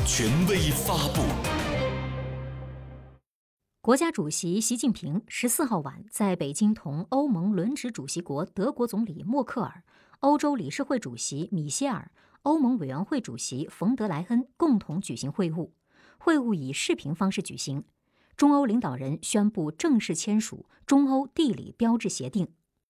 权威发布。 国家主席习近平14号晚在北京同欧盟轮值主席国德国总理默克尔、欧洲理事会主席米歇尔、欧盟委员会主席冯德莱恩共同举行会晤。会晤以视频方式举行。中欧领导人宣布正式签署中欧地理标志协定，